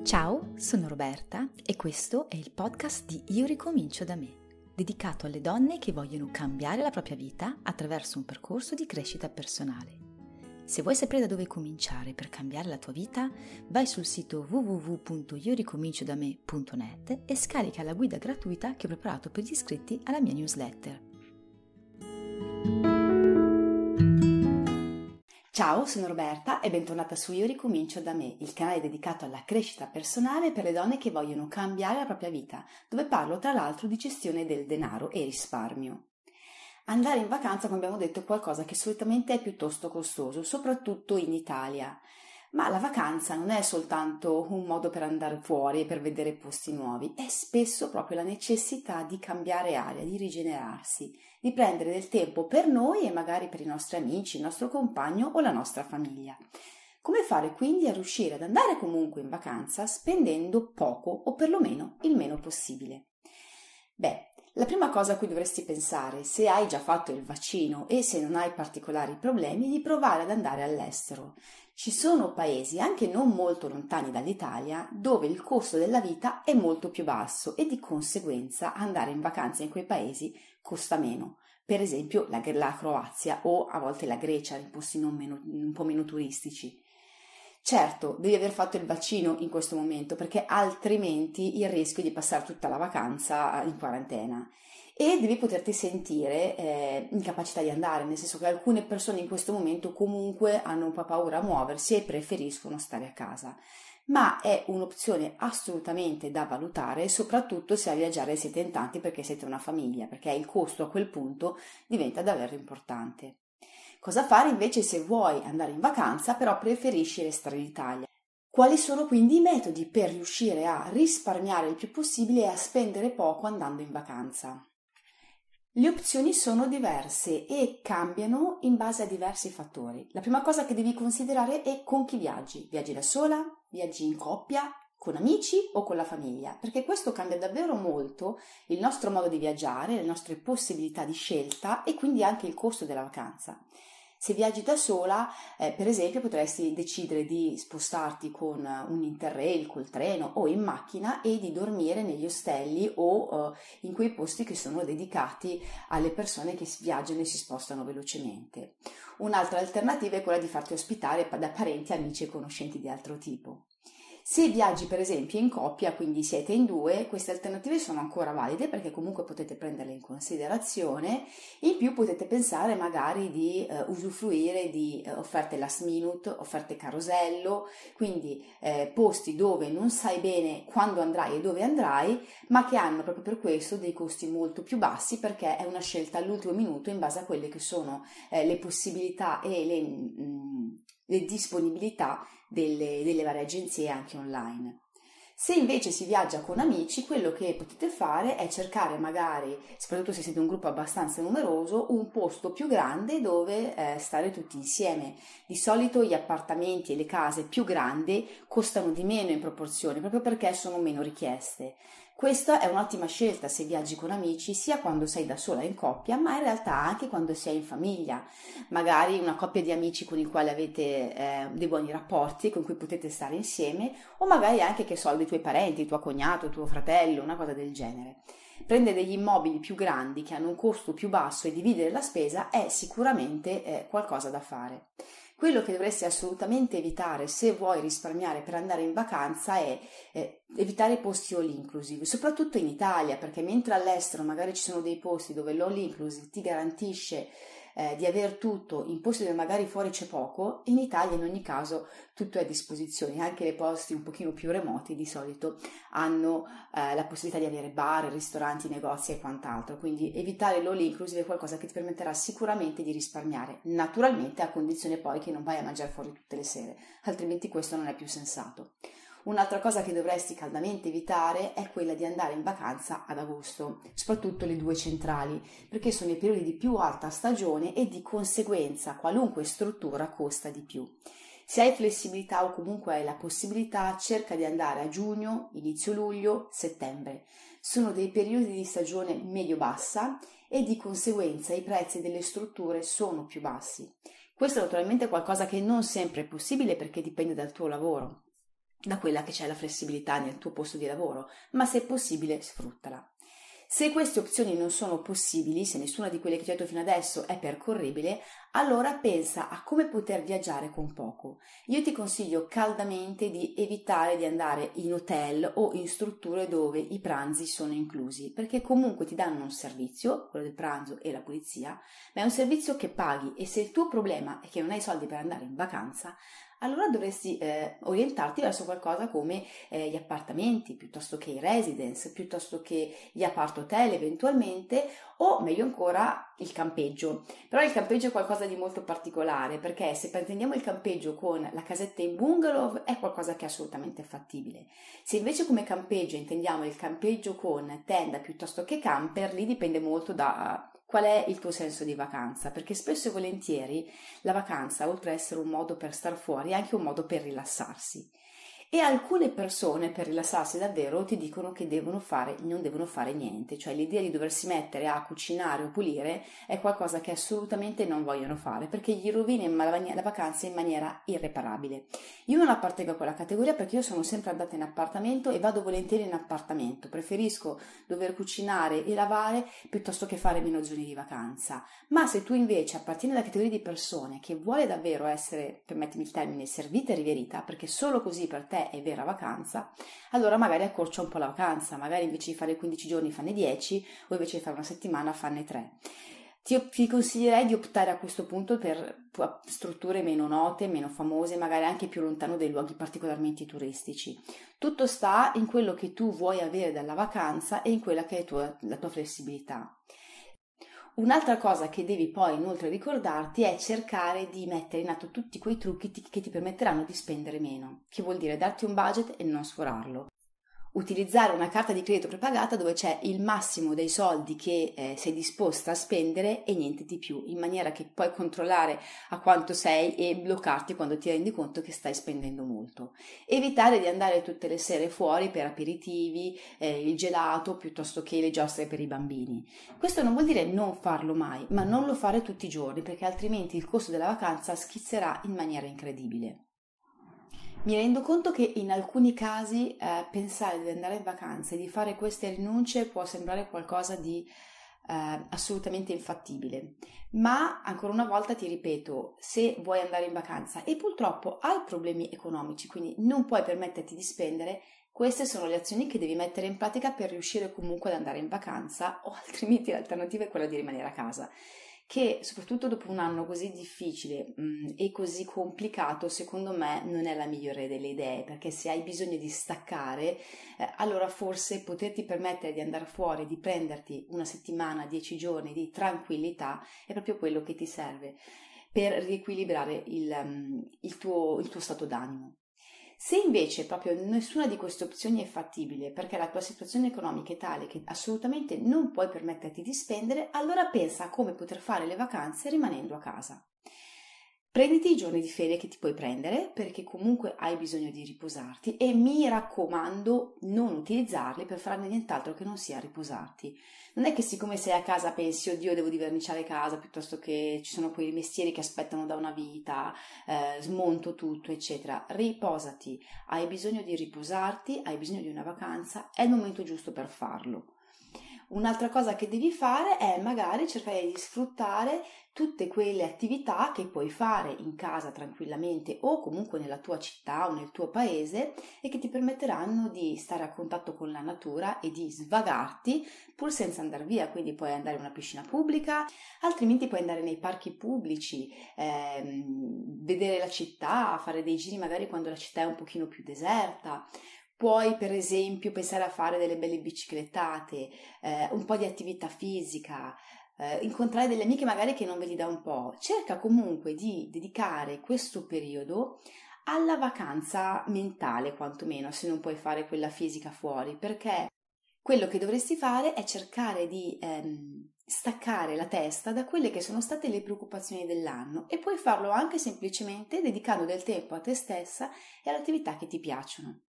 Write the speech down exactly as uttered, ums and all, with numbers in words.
Ciao, sono Roberta e questo è il podcast di Io ricomincio da me, dedicato alle donne che vogliono cambiare la propria vita attraverso un percorso di crescita personale. Se vuoi sapere da dove cominciare per cambiare la tua vita, vai sul sito w w w punto io ricomincio da me punto net e scarica la guida gratuita che ho preparato per gli iscritti alla mia newsletter. Ciao, sono Roberta e bentornata su Io ricomincio da me, il canale dedicato alla crescita personale per le donne che vogliono cambiare la propria vita, dove parlo tra l'altro di gestione del denaro e risparmio. Andare in vacanza, come abbiamo detto, è qualcosa che solitamente è piuttosto costoso, soprattutto in Italia. Ma la vacanza non è soltanto un modo per andare fuori e per vedere posti nuovi, è spesso proprio la necessità di cambiare aria, di rigenerarsi, di prendere del tempo per noi e magari per i nostri amici, il nostro compagno o la nostra famiglia. Come fare quindi a riuscire ad andare comunque in vacanza spendendo poco o perlomeno il meno possibile? Beh, la prima cosa a cui dovresti pensare, se hai già fatto il vaccino e se non hai particolari problemi, è di provare ad andare all'estero. Ci sono paesi, anche non molto lontani dall'Italia, dove il costo della vita è molto più basso e di conseguenza andare in vacanza in quei paesi costa meno. Per esempio la, la Croazia o a volte la Grecia, in posti non meno, un po' meno turistici. Certo, devi aver fatto il vaccino in questo momento perché altrimenti il rischio è di passare tutta la vacanza in quarantena e devi poterti sentire eh, in capacità di andare, nel senso che alcune persone in questo momento comunque hanno un po' paura a muoversi e preferiscono stare a casa, ma è un'opzione assolutamente da valutare, soprattutto se a viaggiare siete in tanti perché siete una famiglia, perché il costo a quel punto diventa davvero importante. Cosa fare invece se vuoi andare in vacanza però preferisci restare in Italia? Quali sono quindi i metodi per riuscire a risparmiare il più possibile e a spendere poco andando in vacanza? Le opzioni sono diverse e cambiano in base a diversi fattori. La prima cosa che devi considerare è con chi viaggi. Viaggi da sola? Viaggi in coppia? Con amici o con la famiglia? Perché questo cambia davvero molto il nostro modo di viaggiare, le nostre possibilità di scelta e quindi anche il costo della vacanza. Se viaggi da sola, eh, per esempio, potresti decidere di spostarti con un Interrail, col treno o in macchina e di dormire negli ostelli o eh, in quei posti che sono dedicati alle persone che viaggiano e si spostano velocemente. Un'altra alternativa è quella di farti ospitare da parenti, amici e conoscenti di altro tipo. Se viaggi per esempio in coppia, quindi siete in due, queste alternative sono ancora valide perché comunque potete prenderle in considerazione. In più potete pensare magari di eh, usufruire di eh, offerte last minute, offerte carosello, quindi eh, posti dove non sai bene quando andrai e dove andrai, ma che hanno proprio per questo dei costi molto più bassi perché è una scelta all'ultimo minuto in base a quelle che sono eh, le possibilità e le... Mh, le disponibilità delle, delle varie agenzie anche online. Se invece si viaggia con amici, quello che potete fare è cercare magari, soprattutto se siete un gruppo abbastanza numeroso, un posto più grande dove eh, stare tutti insieme. Di solito gli appartamenti e le case più grandi costano di meno in proporzione, proprio perché sono meno richieste. Questa è un'ottima scelta se viaggi con amici, sia quando sei da sola in coppia, ma in realtà anche quando sei in famiglia. Magari una coppia di amici con i quali avete eh, dei buoni rapporti, con cui potete stare insieme, o magari anche, che so, dei tuoi parenti, tuo cognato, tuo fratello, una cosa del genere. Prendere degli immobili più grandi che hanno un costo più basso e dividere la spesa è sicuramente eh, qualcosa da fare. Quello che dovresti assolutamente evitare se vuoi risparmiare per andare in vacanza è eh, evitare i posti all inclusive, soprattutto in Italia, perché mentre all'estero magari ci sono dei posti dove l'all inclusive ti garantisce eh, di aver tutto in posti dove magari fuori c'è poco, in Italia in ogni caso tutto è a disposizione, anche nei posti un pochino più remoti di solito hanno eh, la possibilità di avere bar, ristoranti, negozi e quant'altro, quindi evitare l'all inclusive è qualcosa che ti permetterà sicuramente di risparmiare, naturalmente a condizione poi che non vai a mangiare fuori tutte le sere, altrimenti questo non è più sensato. Un'altra cosa che dovresti caldamente evitare è quella di andare in vacanza ad agosto, soprattutto le due centrali, perché sono i periodi di più alta stagione e di conseguenza qualunque struttura costa di più. Se hai flessibilità o comunque hai la possibilità, cerca di andare a giugno, inizio luglio, settembre. Sono dei periodi di stagione medio-bassa e di conseguenza i prezzi delle strutture sono più bassi. Questo naturalmente è qualcosa che non sempre è possibile perché dipende dal tuo lavoro. da quella che c'è la flessibilità nel tuo posto di lavoro, ma se è possibile sfruttala. Se queste opzioni non sono possibili, se nessuna di quelle che ti ho detto fino adesso è percorribile, allora pensa a come poter viaggiare con poco. Io ti consiglio caldamente di evitare di andare in hotel o in strutture dove i pranzi sono inclusi, perché comunque ti danno un servizio, quello del pranzo e la pulizia, ma è un servizio che paghi, e se il tuo problema è che non hai soldi per andare in vacanza, allora dovresti eh, orientarti verso qualcosa come eh, gli appartamenti, piuttosto che i residence, piuttosto che gli apart hotel eventualmente, o meglio ancora il campeggio. Però il campeggio è qualcosa di molto particolare, perché se prendiamo il campeggio con la casetta in bungalow è qualcosa che è assolutamente fattibile. Se invece come campeggio intendiamo il campeggio con tenda piuttosto che camper, lì dipende molto da qual è il tuo senso di vacanza, perché spesso e volentieri la vacanza, oltre ad essere un modo per star fuori, è anche un modo per rilassarsi. E alcune persone, per rilassarsi davvero, ti dicono che devono fare, non devono fare niente, cioè l'idea di doversi mettere a cucinare o pulire è qualcosa che assolutamente non vogliono fare, perché gli rovina la vacanza in maniera irreparabile. Io non appartengo a quella categoria, perché io sono sempre andata in appartamento e vado volentieri in appartamento, preferisco dover cucinare e lavare piuttosto che fare meno giorni di vacanza. Ma se tu invece appartieni alla categoria di persone che vuole davvero essere, permettimi il termine, servita e riverita, perché solo così per te è vera vacanza, allora magari accorcia un po' la vacanza, magari invece di fare quindici giorni fanne dieci, o invece di fare una settimana fanne tre. Ti, ti consiglierei di optare a questo punto per strutture meno note, meno famose, magari anche più lontano dai luoghi particolarmente turistici. Tutto sta in quello che tu vuoi avere dalla vacanza e in quella che è tua, la tua flessibilità. Un'altra cosa che devi poi inoltre ricordarti è cercare di mettere in atto tutti quei trucchi che ti permetteranno di spendere meno, che vuol dire darti un budget e non sforarlo. Utilizzare una carta di credito prepagata dove c'è il massimo dei soldi che eh, sei disposta a spendere e niente di più, in maniera che puoi controllare a quanto sei e bloccarti quando ti rendi conto che stai spendendo molto. Evitare di andare tutte le sere fuori per aperitivi, eh, il gelato piuttosto che le giostre per i bambini. Questo non vuol dire non farlo mai, ma non lo fare tutti i giorni, perché altrimenti il costo della vacanza schizzerà in maniera incredibile. Mi rendo conto che in alcuni casi eh, pensare di andare in vacanza e di fare queste rinunce può sembrare qualcosa di eh, assolutamente infattibile, ma ancora una volta ti ripeto, se vuoi andare in vacanza e purtroppo hai problemi economici, quindi non puoi permetterti di spendere, queste sono le azioni che devi mettere in pratica per riuscire comunque ad andare in vacanza, o altrimenti l'alternativa è quella di rimanere a casa, che soprattutto dopo un anno così difficile mh, e così complicato, secondo me non è la migliore delle idee, perché se hai bisogno di staccare, eh, allora forse poterti permettere di andare fuori, di prenderti una settimana, dieci giorni di tranquillità è proprio quello che ti serve per riequilibrare il, um, il, tuo, il tuo stato d'animo. Se invece proprio nessuna di queste opzioni è fattibile perché la tua situazione economica è tale che assolutamente non puoi permetterti di spendere, allora pensa a come poter fare le vacanze rimanendo a casa. Prenditi i giorni di ferie che ti puoi prendere perché comunque hai bisogno di riposarti e mi raccomando non utilizzarli per fare nient'altro che non sia riposarti. Non è che siccome sei a casa pensi oddio devo diverniciare casa piuttosto che ci sono quei mestieri che aspettano da una vita, eh, smonto tutto eccetera. Riposati, hai bisogno di riposarti, hai bisogno di una vacanza, è il momento giusto per farlo. Un'altra cosa che devi fare è magari cercare di sfruttare tutte quelle attività che puoi fare in casa tranquillamente o comunque nella tua città o nel tuo paese e che ti permetteranno di stare a contatto con la natura e di svagarti pur senza andare via, quindi puoi andare in una piscina pubblica, altrimenti puoi andare nei parchi pubblici, ehm, vedere la città, fare dei giri magari quando la città è un pochino più deserta. Puoi per esempio pensare a fare delle belle biciclettate, eh, un po' di attività fisica, eh, incontrare delle amiche magari che non vedi da un po'. Cerca comunque di dedicare questo periodo alla vacanza mentale, quantomeno, se non puoi fare quella fisica fuori, perché quello che dovresti fare è cercare di ehm, staccare la testa da quelle che sono state le preoccupazioni dell'anno e puoi farlo anche semplicemente dedicando del tempo a te stessa e alle attività che ti piacciono.